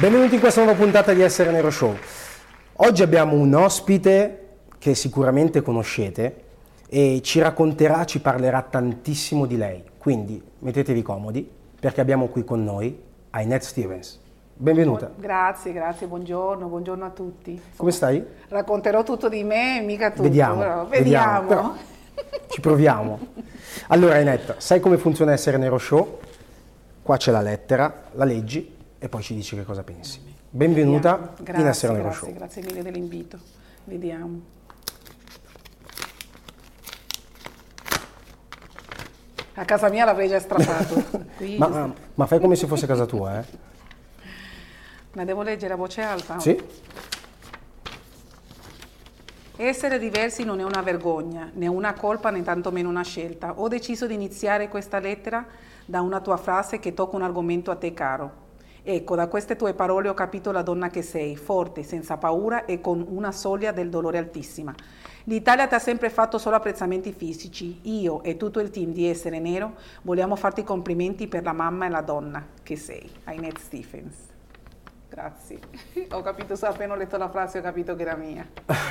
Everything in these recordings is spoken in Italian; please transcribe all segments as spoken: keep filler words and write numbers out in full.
Benvenuti in questa nuova puntata di Essere Nero Show. Oggi abbiamo un ospite che sicuramente conoscete e ci racconterà, ci parlerà tantissimo di lei. Quindi mettetevi comodi perché abbiamo qui con noi Aynette Stevens. Benvenuta. Grazie, grazie, buongiorno, buongiorno a tutti. Insomma, come stai? Racconterò tutto di me, mica tutto. Vediamo, però, vediamo. vediamo. Però ci proviamo. Allora Aynette, sai come funziona Essere Nero Show? Qua c'è la lettera, la leggi e poi ci dici che cosa pensi. Benvenuta grazie, in Essere Nero grazie, Show. Grazie mille dell'invito. Vediamo. A casa mia l'avrei già strappato. Qui ma, ma, ma fai come se fosse casa tua, eh? La devo leggere a voce alta? Sì. Essere diversi non è una vergogna, né una colpa né tantomeno una scelta. Ho deciso di iniziare questa lettera da una tua frase che tocca un argomento a te caro. Ecco, da queste tue parole ho capito la donna che sei, forte, senza paura e con una soglia del dolore altissima. L'Italia ti ha sempre fatto solo apprezzamenti fisici. Io e tutto il team di Essere Nero vogliamo farti complimenti per la mamma e la donna che sei. Aynette Stevens. Grazie. Ho capito, appena ho letto la frase ho capito che era mia.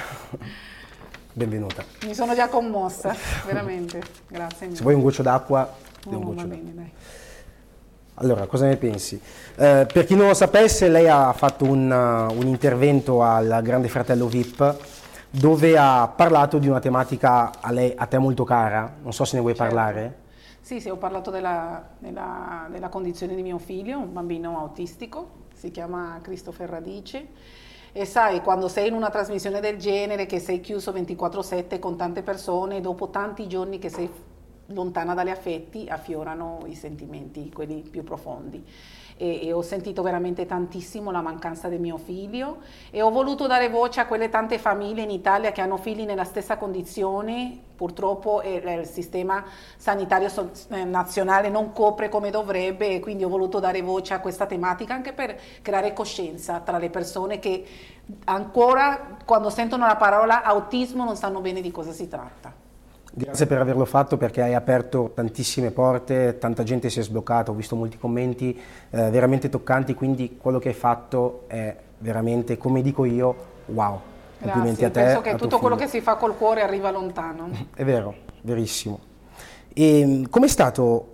Benvenuta. Mi sono già commossa, veramente. Grazie mille. Se vuoi un goccio d'acqua, no, un no, goccio va d'acqua. bene, dai. Allora, cosa ne pensi? Eh, per chi non lo sapesse, lei ha fatto un, uh, un intervento al Grande Fratello V I P dove ha parlato di una tematica a, lei, a te molto cara, non so se ne vuoi Certo. parlare. Sì, sì, ho parlato della, della, della condizione di mio figlio, un bambino autistico, si chiama Christopher Radice. E sai, quando sei in una trasmissione del genere, che sei chiuso ventiquattro sette con tante persone, dopo tanti giorni che sei lontana dagli affetti, affiorano i sentimenti, quelli più profondi. E, e ho sentito veramente tantissimo la mancanza di mio figlio e ho voluto dare voce a quelle tante famiglie in Italia che hanno figli nella stessa condizione. Purtroppo eh, il sistema sanitario so- eh, nazionale non copre come dovrebbe e quindi ho voluto dare voce a questa tematica anche per creare coscienza tra le persone che ancora quando sentono la parola autismo non sanno bene di cosa si tratta. Grazie per averlo fatto perché hai aperto tantissime porte, tanta gente si è sbloccata, ho visto molti commenti eh, veramente toccanti, quindi quello che hai fatto è veramente, come dico io, wow. Complimenti Grazie, a te. penso che a tuo tutto quello figlio. che si fa col cuore arriva lontano. È vero, verissimo. E com'è stato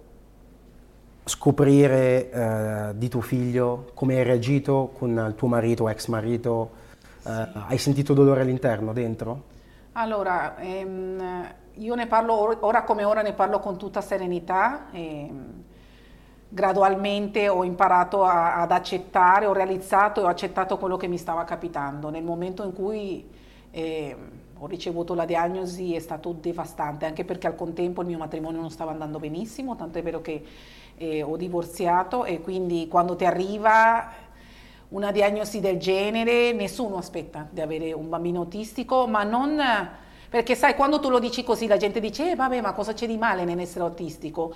scoprire eh, di tuo figlio? Come hai reagito con il tuo marito, ex marito? Eh, sì. Hai sentito dolore all'interno, dentro? Allora, ehm, io ne parlo ora come ora, ne parlo con tutta serenità. Ehm, gradualmente ho imparato a, ad accettare, ho realizzato e ho accettato quello che mi stava capitando. Nel momento in cui eh, ho ricevuto la diagnosi è stato devastante, anche perché al contempo il mio matrimonio non stava andando benissimo, tanto è vero che eh, ho divorziato e quindi quando ti arriva una diagnosi del genere nessuno aspetta di avere un bambino autistico, ma non... Perché sai, quando tu lo dici così la gente dice eh, vabbè, ma cosa c'è di male nell'essere autistico?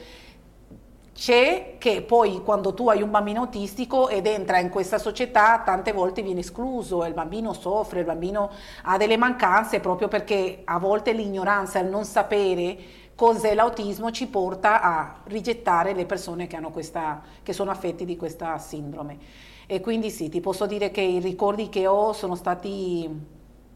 C'è che poi quando tu hai un bambino autistico ed entra in questa società tante volte viene escluso, il bambino soffre, il bambino ha delle mancanze proprio perché a volte l'ignoranza, il non sapere cos'è l'autismo ci porta a rigettare le persone che, hanno questa, che sono affetti di questa sindrome. E quindi sì, ti posso dire che i ricordi che ho sono stati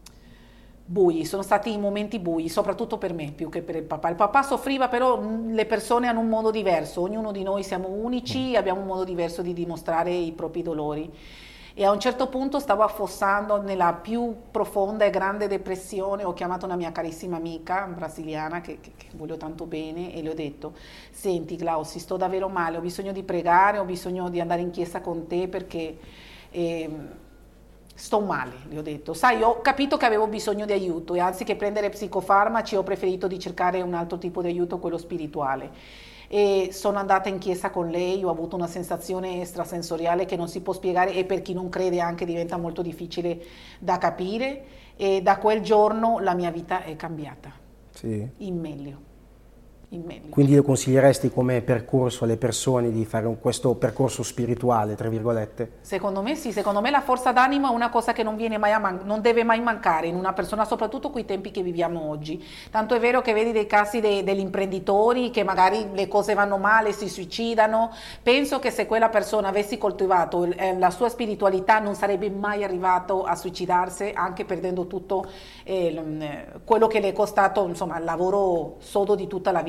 bui, sono stati momenti bui, soprattutto per me più che per il papà. Il papà soffriva, però le persone hanno un modo diverso, ognuno di noi siamo unici, abbiamo un modo diverso di dimostrare i propri dolori. E a un certo punto stavo affossando nella più profonda e grande depressione, ho chiamato una mia carissima amica brasiliana che, che, che voglio tanto bene e le ho detto: senti Glausi, sto davvero male, ho bisogno di pregare, ho bisogno di andare in chiesa con te perché eh, sto male, le ho detto. Sai, ho capito che avevo bisogno di aiuto e anziché prendere psicofarmaci ho preferito di cercare un altro tipo di aiuto, quello spirituale. E sono andata in chiesa con lei, ho avuto una sensazione extrasensoriale che non si può spiegare e per chi non crede anche diventa molto difficile da capire e da quel giorno la mia vita è cambiata, sì. in meglio, in meglio. Quindi lo consiglieresti come percorso alle persone di fare un, questo percorso spirituale, tra virgolette? Secondo me sì, secondo me la forza d'animo è una cosa che non, viene mai a man- non deve mai mancare in una persona, soprattutto con i tempi che viviamo oggi. Tanto è vero che vedi dei casi de- degli imprenditori che magari le cose vanno male, si suicidano. Penso che se quella persona avesse coltivato eh, la sua spiritualità non sarebbe mai arrivato a suicidarsi, anche perdendo tutto eh, l- quello che le è costato, insomma, il lavoro sodo di tutta la vita.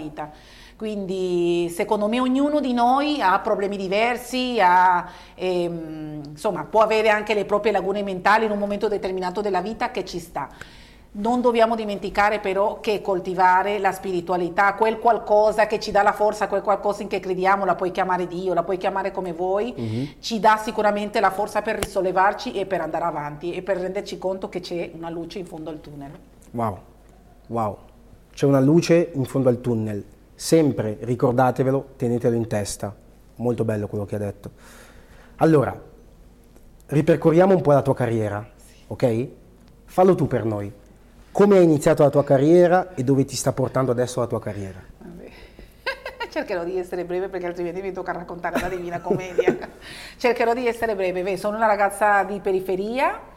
Quindi secondo me ognuno di noi ha problemi diversi, ha, ehm, insomma, può avere anche le proprie lagune mentali in un momento determinato della vita, che ci sta. Non dobbiamo dimenticare però che coltivare la spiritualità, quel qualcosa che ci dà la forza, quel qualcosa in che crediamo, la puoi chiamare Dio, la puoi chiamare come vuoi, mm-hmm. ci dà sicuramente la forza per risollevarci e per andare avanti e per renderci conto che c'è una luce in fondo al tunnel. Wow, wow. C'è una luce in fondo al tunnel, sempre ricordatevelo, tenetelo in testa, molto bello quello che ha detto. Allora, ripercorriamo un po' la tua carriera, ok? Fallo tu per noi, come hai iniziato la tua carriera e dove ti sta portando adesso la tua carriera? Vabbè. Cercherò di essere breve perché altrimenti mi tocca raccontare la Divina Commedia. Cercherò di essere breve. Beh, sono una ragazza di periferia.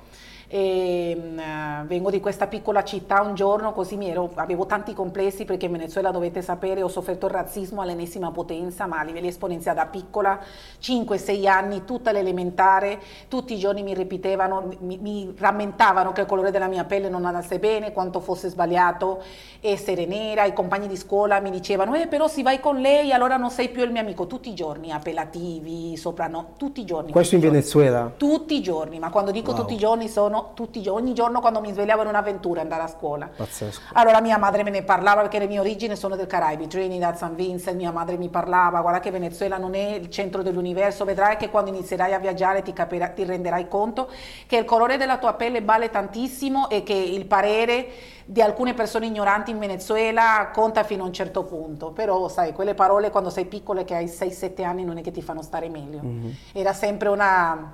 E, uh, vengo di questa piccola città. Un giorno così mi ero, avevo tanti complessi perché in Venezuela, dovete sapere, ho sofferto il razzismo all'ennesima potenza, ma a livelli esponenziali da piccola, cinque sei anni, tutta l'elementare, tutti i giorni mi ripetevano, mi, mi rammentavano che il colore della mia pelle non andasse bene, quanto fosse sbagliato essere nera. I compagni di scuola mi dicevano eh però se vai con lei allora non sei più il mio amico, tutti i giorni, appellativi, soprano, tutti i giorni. Questo in giorni. Venezuela? Tutti i giorni, ma quando dico wow. tutti i giorni sono tutti, ogni giorno quando mi svegliavo era un'avventura andare a scuola. Pazzesco. Allora mia madre me ne parlava perché le mie origini sono del Caraibi, Trinidad, San Vincent. Mia madre mi parlava, guarda che Venezuela non è il centro dell'universo, vedrai che quando inizierai a viaggiare ti, capirà, ti renderai conto che il colore della tua pelle vale tantissimo e che il parere di alcune persone ignoranti in Venezuela conta fino a un certo punto, però sai, quelle parole quando sei piccole, che hai sei sette anni, non è che ti fanno stare meglio. Mm-hmm. Era sempre una...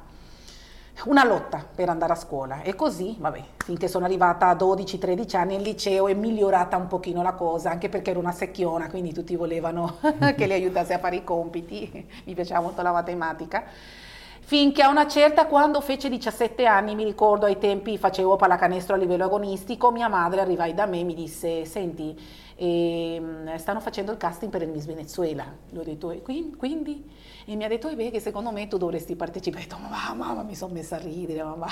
una lotta per andare a scuola e così, vabbè, finché sono arrivata a dodici tredici anni al liceo è migliorata un pochino la cosa, anche perché ero una secchiona, quindi tutti volevano che le aiutassi a fare i compiti, mi piaceva molto la matematica. Finché a una certa, quando fece diciassette anni, mi ricordo ai tempi facevo pallacanestro a livello agonistico, mia madre arrivai da me e mi disse, senti, eh, stanno facendo il casting per il Miss Venezuela. Le ho detto, e quindi? E mi ha detto, eh beh, che secondo me tu dovresti partecipare. Ho detto, ma mamma, mi sono messa a ridere, mamma.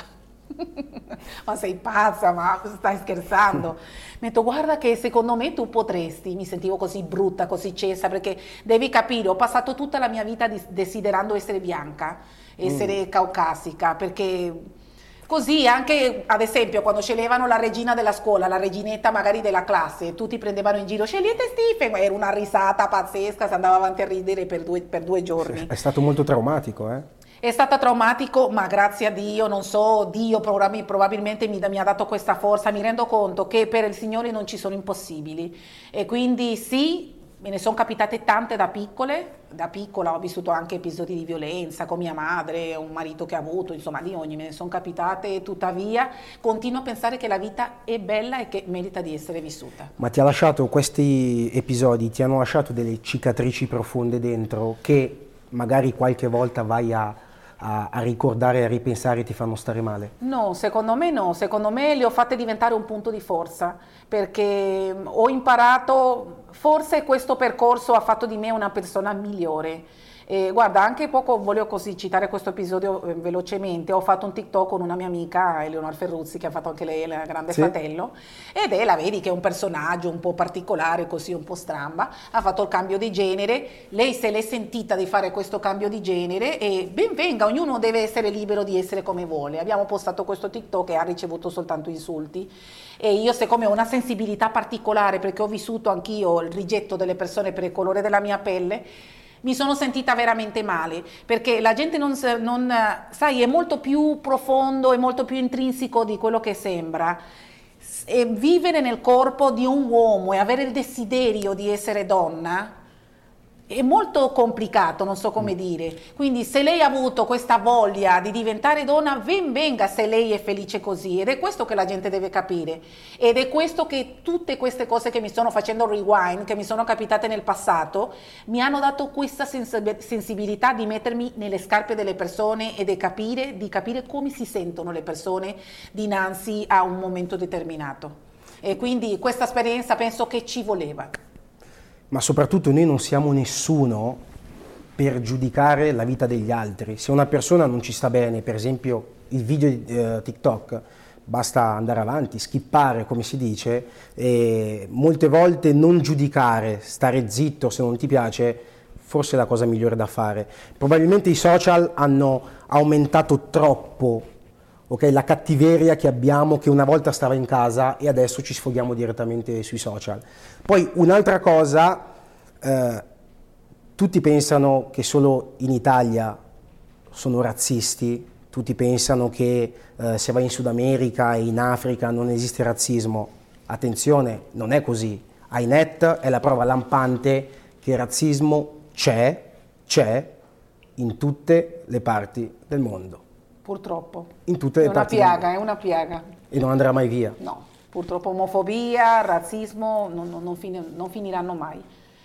Ma sei pazza, ma stai scherzando? Mi ha detto, guarda che secondo me tu potresti. Mi sentivo così brutta, così cesa, perché devi capire, ho passato tutta la mia vita desiderando essere bianca, essere mm. caucasica, perché così anche, ad esempio, quando sceglievano la regina della scuola, la reginetta magari della classe, tutti prendevano in giro, scegliete Stephen, era una risata pazzesca, si andava avanti a ridere per due, per due giorni. È stato molto traumatico, eh? È stato traumatico, ma grazie a Dio, non so, Dio probabilmente mi, mi ha dato questa forza, mi rendo conto che per il Signore non ci sono impossibili e quindi sì, me ne sono capitate tante da piccole, da piccola ho vissuto anche episodi di violenza con mia madre, un marito che ha avuto, insomma di ogni, me ne sono capitate, tuttavia continuo a pensare che la vita è bella e che merita di essere vissuta. Ma ti ha lasciato, questi episodi ti hanno lasciato delle cicatrici profonde dentro che magari qualche volta vai a... A, a ricordare e a ripensare e ti fanno stare male? No, secondo me no, secondo me le ho fatte diventare un punto di forza, perché ho imparato, forse questo percorso ha fatto di me una persona migliore. E guarda, anche poco, voglio così citare questo episodio eh, velocemente, ho fatto un TikTok con una mia amica, Eleonora Ferruzzi, che ha fatto anche lei il Grande sì. Fratello, ed è, la vedi che è un personaggio un po' particolare, così un po' stramba, ha fatto il cambio di genere, lei se l'è sentita di fare questo cambio di genere e ben venga, ognuno deve essere libero di essere come vuole. Abbiamo postato questo TikTok e ha ricevuto soltanto insulti e io, siccome ho una sensibilità particolare, perché ho vissuto anch'io il rigetto delle persone per il colore della mia pelle, mi sono sentita veramente male, perché la gente non, non, sai, è molto più profondo, è molto più intrinseco di quello che sembra. E vivere nel corpo di un uomo e avere il desiderio di essere donna è molto complicato, non so come dire. Quindi se lei ha avuto questa voglia di diventare donna, ben venga se lei è felice così, ed è questo che la gente deve capire, ed è questo che tutte queste cose che mi stanno facendo rewind, che mi sono capitate nel passato, mi hanno dato questa sensibilità di mettermi nelle scarpe delle persone e di capire, di capire come si sentono le persone dinanzi a un momento determinato. E quindi questa esperienza penso che ci voleva. Ma soprattutto noi non siamo nessuno per giudicare la vita degli altri. Se una persona non ci sta bene, per esempio il video di eh, TikTok, basta andare avanti, skippare come si dice, e molte volte non giudicare, stare zitto se non ti piace, forse è la cosa migliore da fare. Probabilmente i social hanno aumentato troppo, okay, la cattiveria che abbiamo, che una volta stava in casa e adesso ci sfoghiamo direttamente sui social. Poi un'altra cosa, eh, tutti pensano che solo in Italia sono razzisti, tutti pensano che eh, se vai in Sud America e in Africa non esiste razzismo. Attenzione, non è così. iNet è la prova lampante che il razzismo c'è, c'è in tutte le parti del mondo. Purtroppo. In tutte le è una parti piaga, è una piaga. E non andrà mai via. No, purtroppo omofobia, razzismo non, non, non, fin- non finiranno mai.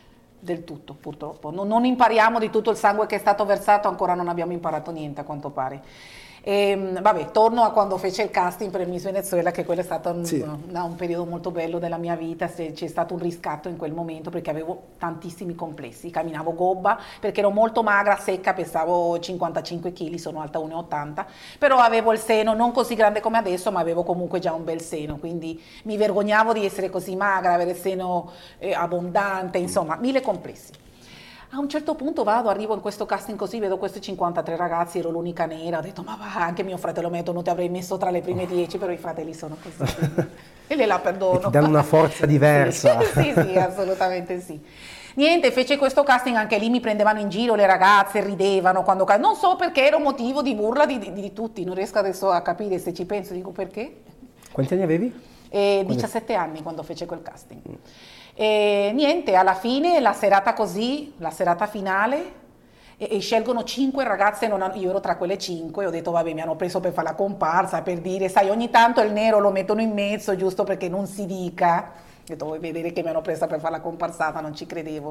Del tutto, purtroppo. Non, non impariamo di tutto il sangue che è stato versato, ancora non abbiamo imparato niente a quanto pare. E, vabbè, torno a quando fece il casting per il Miss Venezuela, che quello è stato un, Sì. un, un periodo molto bello della mia vita. C'è stato un riscatto in quel momento perché avevo tantissimi complessi, camminavo gobba perché ero molto magra, secca, pesavo cinquantacinque chili, sono alta uno e ottanta, però avevo il seno non così grande come adesso, ma avevo comunque già un bel seno, quindi mi vergognavo di essere così magra, avere il seno eh, abbondante, insomma, mille complessi. A un certo punto vado, arrivo in questo casting così, vedo questi cinquantatré ragazzi, ero l'unica nera, ho detto ma va, anche mio fratello metto, non ti avrei messo tra le prime dieci, però i fratelli sono così, e le la perdono. E ti danno una forza diversa. Sì, sì, sì, assolutamente sì. Niente, fece questo casting, anche lì mi prendevano in giro le ragazze, ridevano, quando non so perché, era un motivo di burla di, di, di tutti, non riesco adesso a capire, se ci penso dico perché. Quanti anni avevi? Eh, diciassette anni quando fece quel casting. Mm. E niente, alla fine la serata così, la serata finale, e, e scelgono cinque ragazze, non hanno, io ero tra quelle cinque, ho detto vabbè, mi hanno preso per fare la comparsa, per dire, sai, ogni tanto il nero lo mettono in mezzo giusto perché non si dica, ho detto vuoi vedere che mi hanno presa per fare la comparsata, non ci credevo.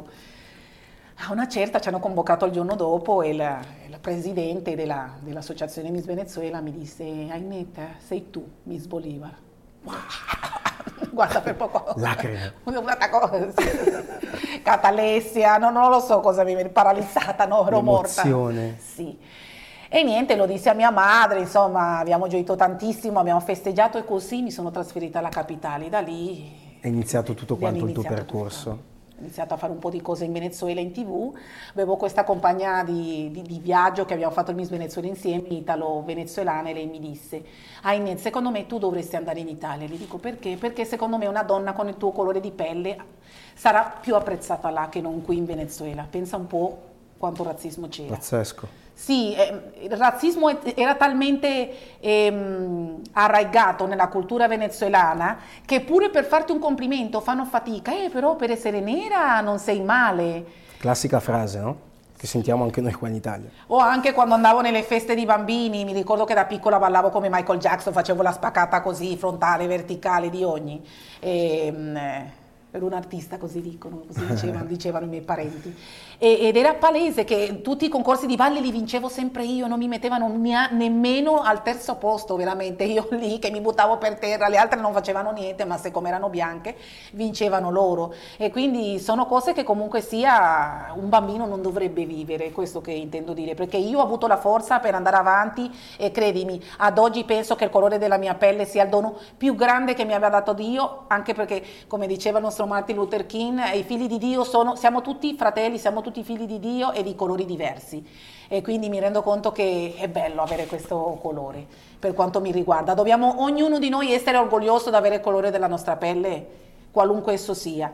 A una certa ci hanno convocato il giorno dopo e la, la presidente della, dell'associazione Miss Venezuela mi disse, Ainetta, sei tu Miss Bolivar. Wow. Guarda, per poco lacrime, una cosa, sì. Catalessia, no, non lo so cosa mi viene, paralizzata, no, ero l'emozione. Morta. Sì. E niente, lo dissi a mia madre, insomma, abbiamo gioito tantissimo, abbiamo festeggiato e così mi sono trasferita alla capitale, da lì è iniziato tutto quanto il tuo percorso. Tutto. Ho iniziato a fare un po' di cose in Venezuela in tv, avevo questa compagnia di, di, di viaggio che abbiamo fatto il Miss Venezuela insieme, italo-venezuelana, e lei mi disse, Ainet, secondo me tu dovresti andare in Italia. Le dico perché? Perché secondo me una donna con il tuo colore di pelle sarà più apprezzata là che non qui in Venezuela. Pensa un po' quanto razzismo c'era. Pazzesco. Sì, eh, il razzismo era talmente ehm, arraigato nella cultura venezuelana che pure per farti un complimento fanno fatica, eh però per essere nera non sei male. Classica frase, no? Che sentiamo anche noi qua in Italia. O anche quando andavo nelle feste di bambini, mi ricordo che da piccola ballavo come Michael Jackson, facevo la spaccata così, frontale, verticale, di ogni. E, eh, ero un artista, così dicono, così dicevano, dicevano i miei parenti. E, ed era palese che tutti i concorsi di balli li vincevo sempre io, non mi mettevano mia, nemmeno al terzo posto, veramente, io lì che mi buttavo per terra, le altre non facevano niente, ma siccome erano bianche vincevano loro. E quindi sono cose che comunque sia un bambino non dovrebbe vivere, questo che intendo dire, perché io ho avuto la forza per andare avanti e credimi, ad oggi penso che il colore della mia pelle sia il dono più grande che mi abbia dato Dio, anche perché, come diceva il nostro Martin Luther King, i figli di Dio sono, siamo tutti fratelli, siamo tutti figli di Dio e di colori diversi, e quindi mi rendo conto che è bello avere questo colore. Per quanto mi riguarda, dobbiamo ognuno di noi essere orgoglioso di avere il colore della nostra pelle, qualunque esso sia.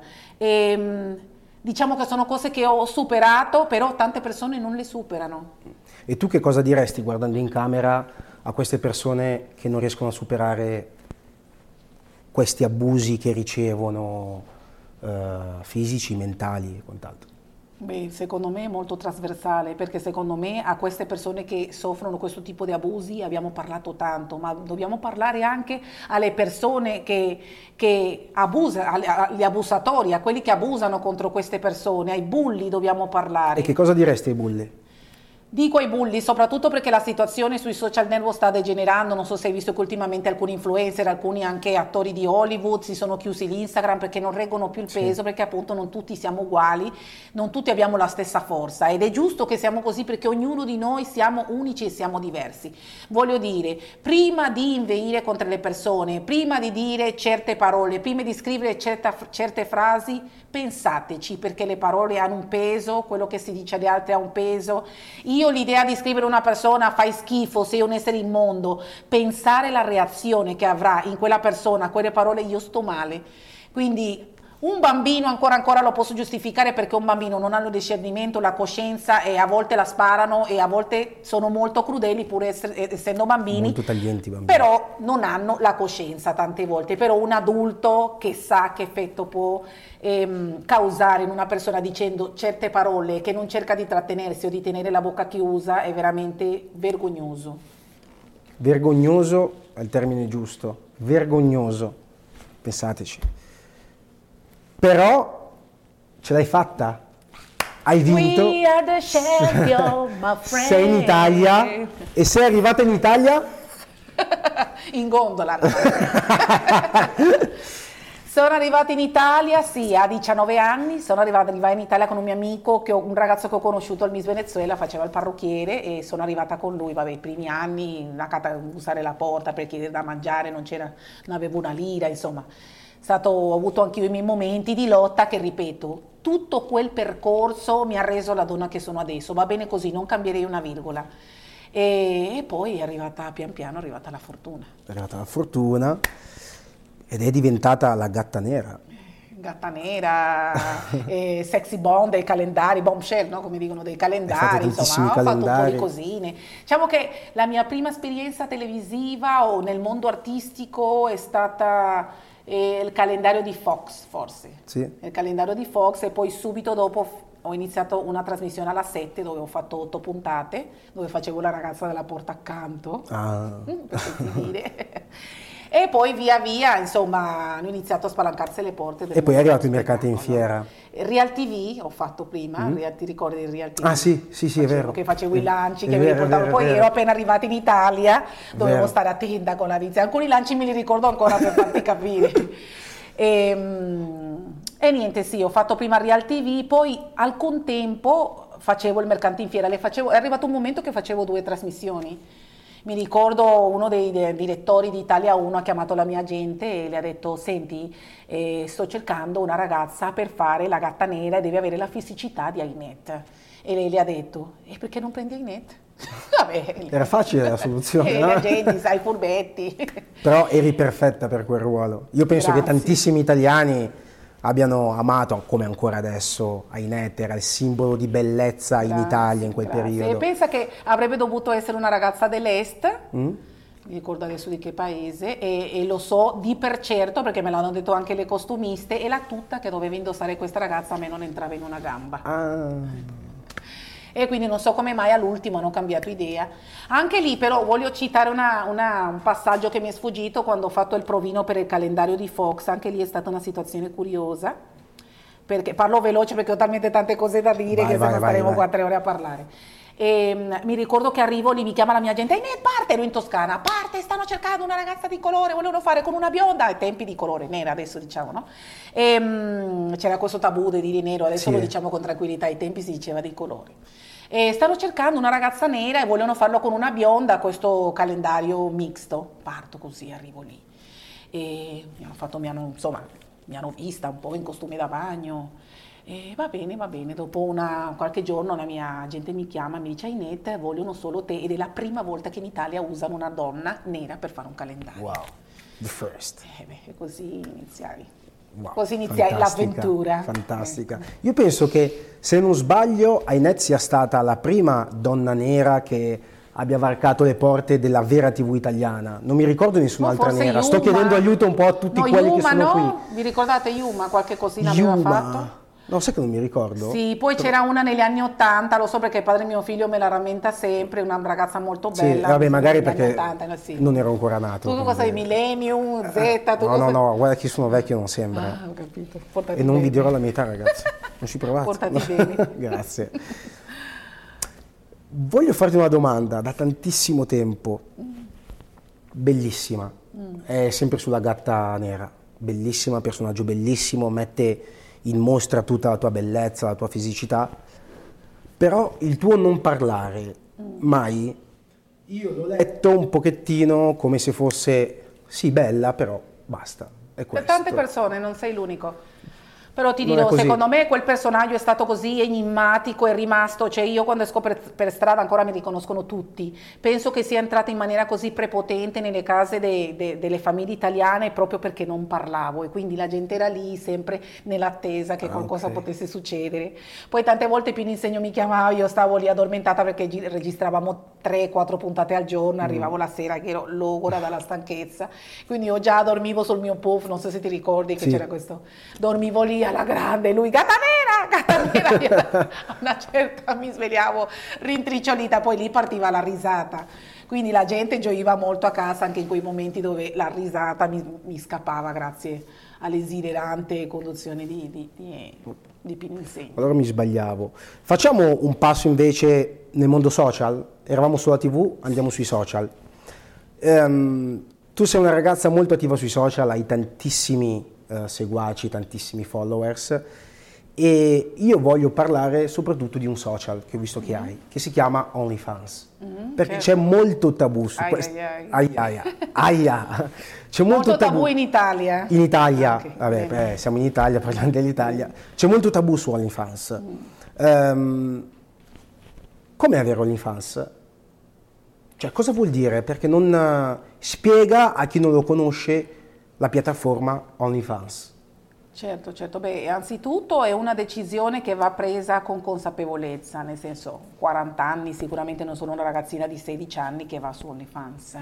E, diciamo che sono cose che ho superato, però tante persone non le superano. E tu che cosa diresti guardando in camera a queste persone che non riescono a superare questi abusi che ricevono, eh, fisici, mentali e quant'altro? Beh, secondo me è molto trasversale, perché secondo me a queste persone che soffrono questo tipo di abusi abbiamo parlato tanto, ma dobbiamo parlare anche alle persone che, che abusano, agli abusatori, a quelli che abusano contro queste persone, ai bulli dobbiamo parlare. E che cosa diresti ai bulli? Dico ai bulli, soprattutto perché la situazione sui social network sta degenerando, non so se hai visto che ultimamente alcuni influencer, alcuni anche attori di Hollywood si sono chiusi l'Instagram perché non reggono più il peso, sì. Perché appunto non tutti siamo uguali, non tutti abbiamo la stessa forza ed è giusto che siamo così perché ognuno di noi siamo unici e siamo diversi. Voglio dire, prima di inveire contro le persone, prima di dire certe parole, prima di scrivere certa, certe frasi, pensateci perché le parole hanno un peso, quello che si dice agli altri ha un peso. Io Io l'idea di scrivere una persona fai schifo, sei un essere immondo, pensare la reazione che avrà in quella persona, quelle parole io sto male. Quindi un bambino ancora ancora lo posso giustificare perché un bambino non ha il discernimento, la coscienza e a volte la sparano e a volte sono molto crudeli pur essere, essendo bambini, molto taglienti bambini, però non hanno la coscienza tante volte. Però un adulto che sa che effetto può ehm, causare in una persona dicendo certe parole, che non cerca di trattenersi o di tenere la bocca chiusa, è veramente vergognoso. Vergognoso è il termine giusto, vergognoso, pensateci. Però ce l'hai fatta, hai vinto, We are the champion, my friend. Sei in Italia e sei arrivata in Italia? In gondola. Sono arrivata in Italia, sì, a diciannove anni, sono arrivata, arrivata in Italia con un mio amico, che ho, un ragazzo che ho conosciuto al Miss Venezuela, faceva il parrucchiere e sono arrivata con lui, vabbè, i primi anni, una cata, bussare la porta per chiedere da mangiare, non c'era, non avevo una lira, insomma. Stato, ho avuto anche io i miei momenti di lotta che, ripeto, tutto quel percorso mi ha reso la donna che sono adesso, va bene così, non cambierei una virgola. E, e poi è arrivata, pian piano, è arrivata la fortuna. È arrivata la fortuna ed è diventata la gatta nera. Gatta nera, eh, sexy bomb dei calendari, bombshell, no? Come dicono, dei calendari, insomma, ho calendari. fatto un po' di cosine. Diciamo che la mia prima esperienza televisiva o nel mondo artistico è stata... E il calendario di Fox, forse, sì. Il calendario di Fox, e poi subito dopo ho iniziato una trasmissione alla sette dove ho fatto otto puntate, dove facevo la ragazza della porta accanto, ah. per così dire. E poi via via, insomma, hanno iniziato a spalancarsi le porte. E poi è arrivato il mercato in fiera. Real T V ho fatto prima, mm. Real, ti ricordi del Real T V? Ah sì, sì, sì, facevo, è vero. Che facevo i lanci, è che vero, mi riportavo, vero, poi vero. ero appena arrivata in Italia, dovevo vero. stare attenta con la Lizia. Alcuni lanci me li ricordo ancora per farti capire. E, e niente, sì, ho fatto prima Real T V, poi al contempo facevo il mercante in fiera, le facevo, è arrivato un momento che facevo due trasmissioni. Mi ricordo uno dei, dei direttori di Italia uno ha chiamato la mia agente e le ha detto: senti, eh, sto cercando una ragazza per fare la gatta nera e deve avere la fisicità di Ainet. E lei le ha detto: e perché non prendi Ainet? Vabbè, era facile la soluzione, e no? Gli agenti, sai, furbetti. Però eri perfetta per quel ruolo. Io penso Grazie. Che tantissimi italiani abbiano amato, come ancora adesso, Ainet era il simbolo di bellezza Grazie, in Italia in quel grazie. periodo. E pensa che avrebbe dovuto essere una ragazza dell'Est, mm? Mi ricordo adesso di che paese, e, e lo so di per certo perché me l'hanno detto anche le costumiste, e la tuta che doveva indossare questa ragazza a me non entrava in una gamba. Ah. E quindi non so come mai all'ultimo hanno cambiato idea. Anche lì però voglio citare una, una, un passaggio che mi è sfuggito quando ho fatto il provino per il calendario di Fox. Anche lì è stata una situazione curiosa, perché parlo veloce perché ho talmente tante cose da dire vai, che vai, se no vai, staremo vai. qua tre ore a parlare. E, um, mi ricordo che arrivo lì, mi chiama la mia gente: Ainet, parte, ero in Toscana, parte, stanno cercando una ragazza di colore, volevano fare con una bionda, ai tempi di colore, nera adesso diciamo, no? E, um, c'era questo tabù di dire nero, adesso sì. Lo diciamo con tranquillità, ai tempi si diceva di colore. E stanno cercando una ragazza nera e vogliono farlo con una bionda, questo calendario mixto. Parto così, arrivo lì e mi hanno fatto, mi hanno, insomma, mi hanno vista un po' in costume da bagno. E va bene, va bene, dopo una, qualche giorno la mia agente mi chiama e mi dice: Ainet, vogliono solo te, ed è la prima volta che in Italia usano una donna nera per fare un calendario. Wow, the first. E beh, e così iniziai. Wow, così iniziai l'avventura. Fantastica. Io penso che, se non sbaglio, Ainet sia stata la prima donna nera che abbia varcato le porte della vera tivù italiana. Non mi ricordo nessun'altra no, nera. Yuma. Sto chiedendo aiuto un po' a tutti no, quelli Yuma, che sono no? qui. Vi ricordate Yuma? Qualche cosina Yuma. aveva fatto? No, sai che non mi ricordo? Sì, poi Però... c'era una negli anni ottanta, lo so perché il padre di mio figlio me la rammenta sempre, una ragazza molto bella. Sì, vabbè, magari negli anni perché ottanta, no, sì. non ero ancora nato. Tu cosa sei, Millennium, Z? Eh, tu no, cosa... no, no, guarda che sono vecchio non sembra. Ah, ho capito. Portati E non bene. vi dirò la mia età, ragazzi. Non ci provate. Portati bene. Grazie. Voglio farti una domanda da tantissimo tempo. Bellissima. Mm. È sempre sulla gatta nera. Bellissima, personaggio bellissimo, mette in mostra tutta la tua bellezza, la tua fisicità. Però il tuo non parlare mm. mai, io l'ho letto un pochettino come se fosse, sì, bella, però basta. È Per tante persone, non sei l'unico. Però ti dirò, secondo me quel personaggio è stato così enigmatico, è rimasto, cioè io quando esco per, per strada ancora mi riconoscono tutti. Penso che sia entrata in maniera così prepotente nelle case de, de, delle famiglie italiane proprio perché non parlavo e quindi la gente era lì sempre nell'attesa che ah, qualcosa okay. potesse succedere. Poi tante volte più in insegno mi chiamava, io stavo lì addormentata perché registravamo tre quattro puntate al giorno, mm. arrivavo la sera che ero logora dalla stanchezza, quindi io già dormivo sul mio puff, non so se ti ricordi che sì. c'era questo, dormivo lì alla grande, lui gatta nera, gatta nera, io, a una certa mi svegliavo rintricciolita, poi lì partiva la risata, quindi la gente gioiva molto a casa anche in quei momenti dove la risata mi, mi scappava grazie all'esilerante conduzione di, di, di, di Pino Insegno. Allora mi sbagliavo. Facciamo un passo invece nel mondo social, eravamo sulla tivù, andiamo sui social. Um, tu sei una ragazza molto attiva sui social, hai tantissimi Uh, seguaci, tantissimi followers e io voglio parlare soprattutto di un social che ho visto che mm-hmm. hai, che si chiama OnlyFans, mm-hmm, perché certo. c'è molto tabù su questo. Aia, aia, aia. C'è molto, molto tabù, tabù in Italia. In Italia, okay, vabbè, eh, siamo in Italia, parliamo dell'Italia. C'è molto tabù su OnlyFans. Mm. Um, come avere OnlyFans? Cioè, cosa vuol dire? Perché non uh, spiega a chi non lo conosce la piattaforma OnlyFans. Certo, certo. Beh, anzitutto è una decisione che va presa con consapevolezza, nel senso, quaranta anni, sicuramente non sono una ragazzina di sedici anni che va su OnlyFans.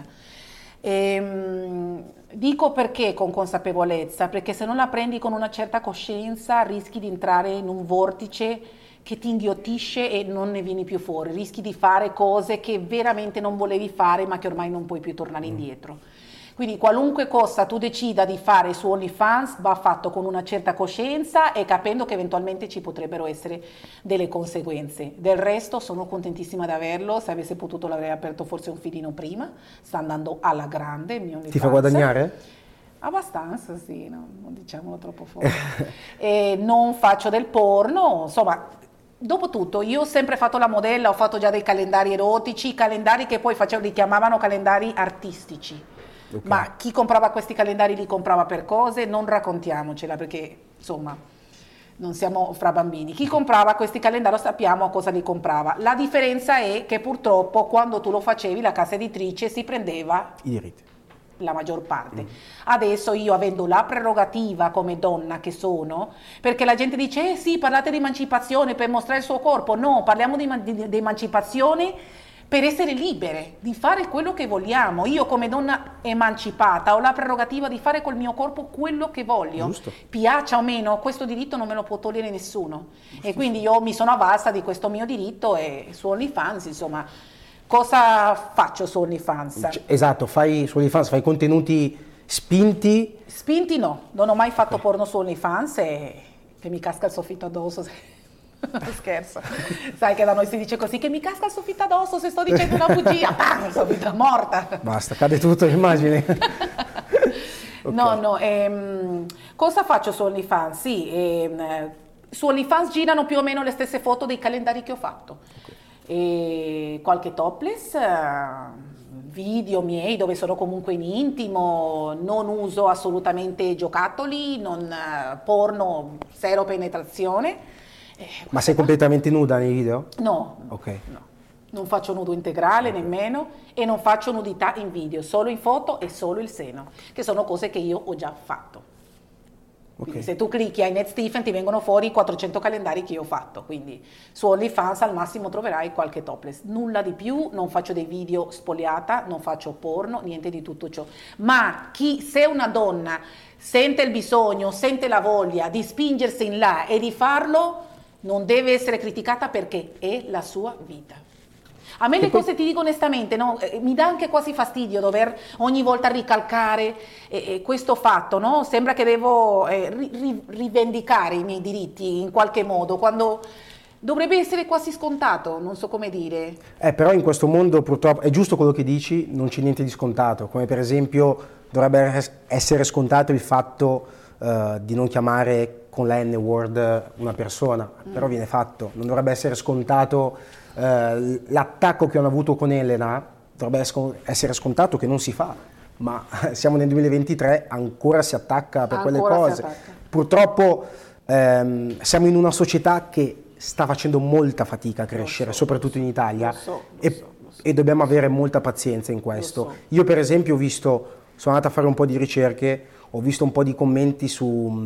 Ehm, dico perché con consapevolezza, perché se non la prendi con una certa coscienza rischi di entrare in un vortice che ti inghiottisce e non ne vieni più fuori, rischi di fare cose che veramente non volevi fare ma che ormai non puoi più tornare indietro. Quindi qualunque cosa tu decida di fare su OnlyFans va fatto con una certa coscienza e capendo che eventualmente ci potrebbero essere delle conseguenze. Del resto sono contentissima di averlo, se avessi potuto l'avrei aperto forse un filino prima, sta andando alla grande il mio OnlyFans. Ti fa guadagnare? Abbastanza, sì, no, non diciamolo troppo forte. E non faccio del porno, insomma... Dopotutto, io ho sempre fatto la modella, ho fatto già dei calendari erotici, calendari che poi facevano, li chiamavano calendari artistici. Okay. Ma chi comprava questi calendari li comprava per cose, non raccontiamocela perché insomma non siamo fra bambini. Chi comprava questi calendari sappiamo a cosa li comprava. La differenza è che purtroppo quando tu lo facevi la casa editrice si prendeva i diritti. La maggior parte. Mm. Adesso io avendo la prerogativa come donna che sono, perché la gente dice eh sì, parlate di emancipazione per mostrare il suo corpo, no, parliamo di, di, di emancipazione per essere libere, di fare quello che vogliamo. Io come donna emancipata ho la prerogativa di fare col mio corpo quello che voglio. Giusto. Piaccia o meno, questo diritto non me lo può togliere nessuno. Giusto. E quindi io mi sono avvalsa di questo mio diritto e su OnlyFans, insomma, cosa faccio su OnlyFans? Esatto, fai su OnlyFans, fai contenuti spinti? Spinti no, non ho mai fatto okay. porno su OnlyFans e che mi casca il soffitto addosso. Scherzo, sai che da noi si dice così, che mi casca il soffitto addosso se sto dicendo una bugia, ah, il soffitto morta. Basta, cade tutto, immagini. Okay. No, no, ehm, cosa faccio su OnlyFans? Sì, ehm, su OnlyFans girano più o meno le stesse foto dei calendari che ho fatto. Okay. E qualche topless, video miei dove sono comunque in intimo, non uso assolutamente giocattoli, non porno, zero penetrazione. Eh, Ma sei completamente nuda nei video? No, okay. no, non faccio nudo integrale okay. nemmeno e non faccio nudità in video, solo in foto e solo il seno, che sono cose che io ho già fatto. Quindi se tu clicchi a Inet Stephen ti vengono fuori i quattrocento calendari che io ho fatto, quindi su OnlyFans al massimo troverai qualche topless, nulla di più, non faccio dei video spogliata, non faccio porno, niente di tutto ciò. Ma chi, se una donna sente il bisogno, sente la voglia di spingersi in là e di farlo, non deve essere criticata perché è la sua vita. A me le cose, ti dico onestamente, no? eh, mi dà anche quasi fastidio dover ogni volta ricalcare eh, eh, questo fatto, no? Sembra che devo eh, ri- rivendicare i miei diritti in qualche modo, quando dovrebbe essere quasi scontato, non so come dire. Eh, però in questo mondo purtroppo è giusto quello che dici, non c'è niente di scontato, come per esempio dovrebbe essere scontato il fatto eh, di non chiamare con la N-word una persona, mm. però viene fatto, non dovrebbe essere scontato. Uh, l'attacco che hanno avuto con Elena dovrebbe essere scontato che non si fa, ma siamo nel duemilaventitré, ancora si attacca per ancora quelle cose. Purtroppo um, siamo in una società che sta facendo molta fatica a crescere, so, soprattutto in Italia, lo so, lo e, so, lo so. e dobbiamo avere molta pazienza in questo. So. Io per esempio ho visto, sono andato a fare un po' di ricerche, ho visto un po' di commenti su,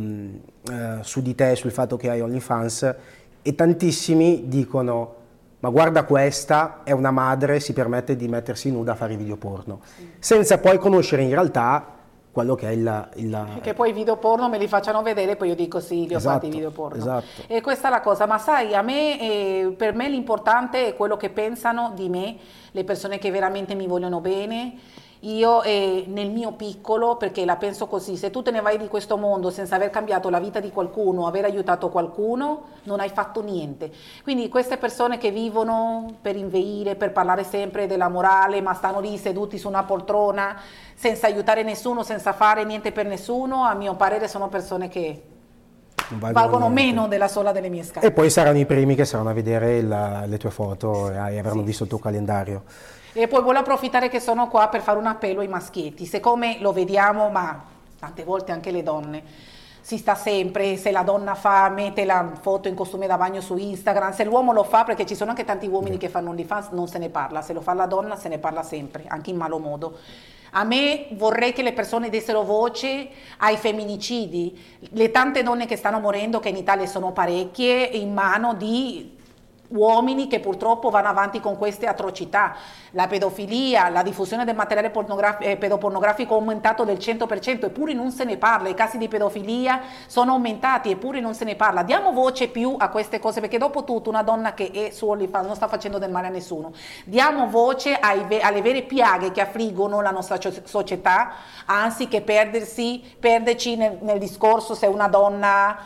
uh, su di te, sul fatto che hai OnlyFans, e tantissimi dicono: ma guarda, questa è una madre, si permette di mettersi nuda a fare i video porno, sì. senza poi conoscere in realtà quello che è il... il... Che poi i video porno me li facciano vedere e poi io dico sì, li ho esatto, fatti i video porno. Esatto. E questa è la cosa, ma sai, a me, eh, per me l'importante è quello che pensano di me, le persone che veramente mi vogliono bene. Io eh, nel mio piccolo, perché la penso così, se tu te ne vai di questo mondo senza aver cambiato la vita di qualcuno, aver aiutato qualcuno, non hai fatto niente. Quindi queste persone che vivono per inveire, per parlare sempre della morale, ma stanno lì seduti su una poltrona senza aiutare nessuno, senza fare niente per nessuno, a mio parere sono persone che valgono, valgono meno della sola delle mie scarpe. E poi saranno i primi che saranno a vedere la, le tue foto e avranno sì, visto il tuo calendario. E poi voglio approfittare che sono qua per fare un appello ai maschietti, siccome lo vediamo, ma tante volte anche le donne, si sta sempre, se la donna fa, mette la foto in costume da bagno su Instagram, se l'uomo lo fa, perché ci sono anche tanti uomini che fanno OnlyFans, non se ne parla, se lo fa la donna se ne parla sempre, anche in malo modo. A me vorrei che le persone dessero voce ai femminicidi, le tante donne che stanno morendo, che in Italia sono parecchie, in mano di uomini che purtroppo vanno avanti con queste atrocità. La pedofilia, la diffusione del materiale pornograf- eh, pedopornografico è aumentato del cento per cento, eppure non se ne parla. I casi di pedofilia sono aumentati, eppure non se ne parla. Diamo voce più a queste cose, perché dopo tutto una donna che è su OnlyFans non sta facendo del male a nessuno. Diamo voce ai ve- alle vere piaghe che affliggono la nostra società, anziché perdersi, perderci nel, nel discorso se una donna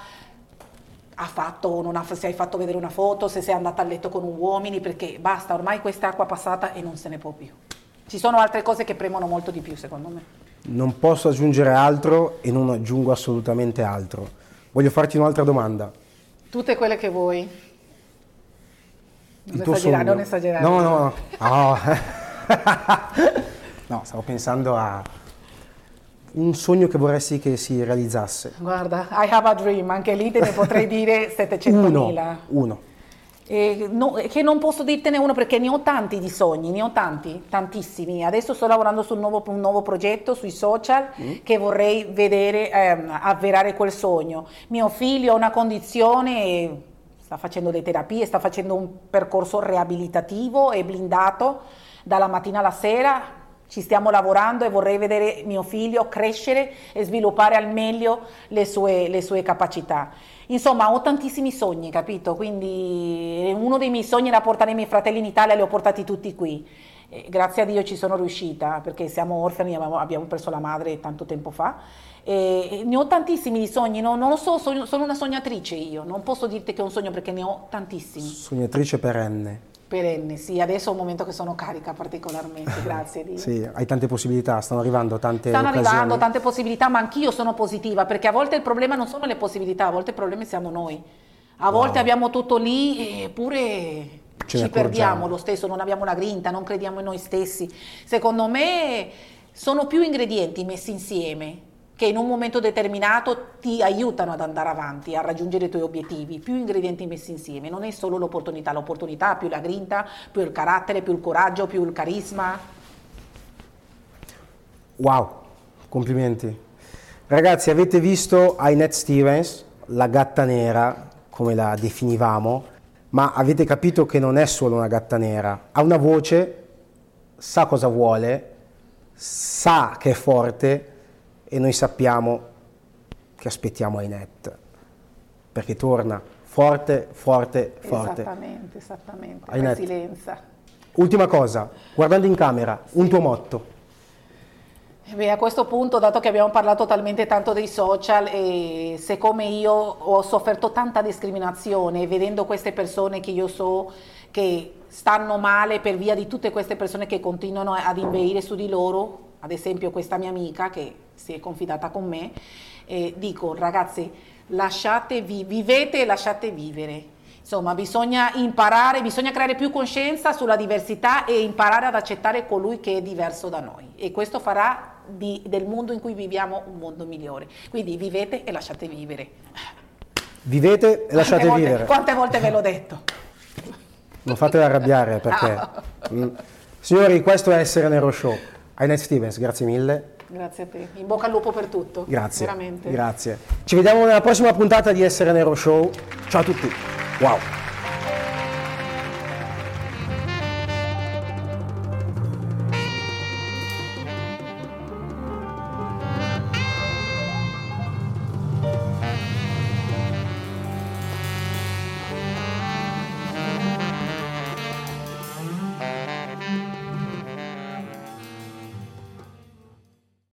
ha fatto o non ha, se hai fatto vedere una foto, se sei andata a letto con un uomini, perché basta, ormai questa è acqua passata e non se ne può più. Ci sono altre cose che premono molto di più, secondo me. Non posso aggiungere altro e non aggiungo assolutamente altro. Voglio farti un'altra domanda. Tutte quelle che vuoi. Non Il tuo esagerare, sogno. non esagerare. No, no, no. No, stavo pensando a un sogno che vorresti che si realizzasse. Guarda, I have a dream, anche lì te ne potrei dire settecentomila. Uno, uno. E no, che non posso dirtene uno perché ne ho tanti di sogni, ne ho tanti, tantissimi. Adesso sto lavorando su un nuovo, un nuovo progetto sui social mm. che vorrei vedere ehm, avverare quel sogno. Mio figlio ha una condizione, sta facendo le terapie, sta facendo un percorso riabilitativo e blindato dalla mattina alla sera. Ci stiamo lavorando e vorrei vedere mio figlio crescere e sviluppare al meglio le sue, le sue capacità. Insomma, ho tantissimi sogni, capito? Quindi uno dei miei sogni era portare i miei fratelli in Italia, li ho portati tutti qui. E grazie a Dio ci sono riuscita, perché siamo orfani, abbiamo perso la madre tanto tempo fa. E ne ho tantissimi di sogni, no, non lo so, sono, sono una sognatrice io, non posso dirti che è un sogno perché ne ho tantissimi. Sognatrice perenne. Perenne, sì, adesso è un momento che sono carica particolarmente, grazie Dio. Sì, hai tante possibilità, stanno arrivando tante Stanno occasioni. arrivando tante possibilità, ma anch'io sono positiva, perché a volte il problema non sono le possibilità, a volte il problema siamo noi. A volte wow. abbiamo tutto lì eppure ci perdiamo lo stesso, non abbiamo la grinta, non crediamo in noi stessi. Secondo me sono più ingredienti messi insieme che in un momento determinato ti aiutano ad andare avanti, a raggiungere i tuoi obiettivi, più ingredienti messi insieme, non è solo l'opportunità, l'opportunità più la grinta, più il carattere, più il coraggio, più il carisma. Wow, complimenti. Ragazzi, avete visto Aynette Stevens, la gatta nera, come la definivamo, ma avete capito che non è solo una gatta nera, ha una voce, sa cosa vuole, sa che è forte e noi sappiamo che aspettiamo Aynette, perché torna forte, forte, forte. Esattamente, esattamente, Aynette. resilienza. Ultima cosa, guardando in camera, un tuo motto. Beh, a questo punto, dato che abbiamo parlato talmente tanto dei social, e se come io ho sofferto tanta discriminazione, vedendo queste persone che io so che stanno male per via di tutte queste persone che continuano ad inveire su di loro, ad esempio questa mia amica che si è confidata con me, eh, dico ragazzi, lasciatevi, vivete e lasciate vivere. Insomma, bisogna imparare, bisogna creare più coscienza sulla diversità e imparare ad accettare colui che è diverso da noi. E questo farà di, del mondo in cui viviamo un mondo migliore. Quindi vivete e lasciate vivere. Vivete e lasciate quante volte, vivere. Quante volte ve l'ho detto? Non fatela arrabbiare perché... Mm. Signori, questo è Essere Nero Show. Aynette Stevens, grazie mille. Grazie a te. In bocca al lupo per tutto. Grazie. Veramente. Grazie. Ci vediamo nella prossima puntata di Essere Nero Show. Ciao a tutti. Wow.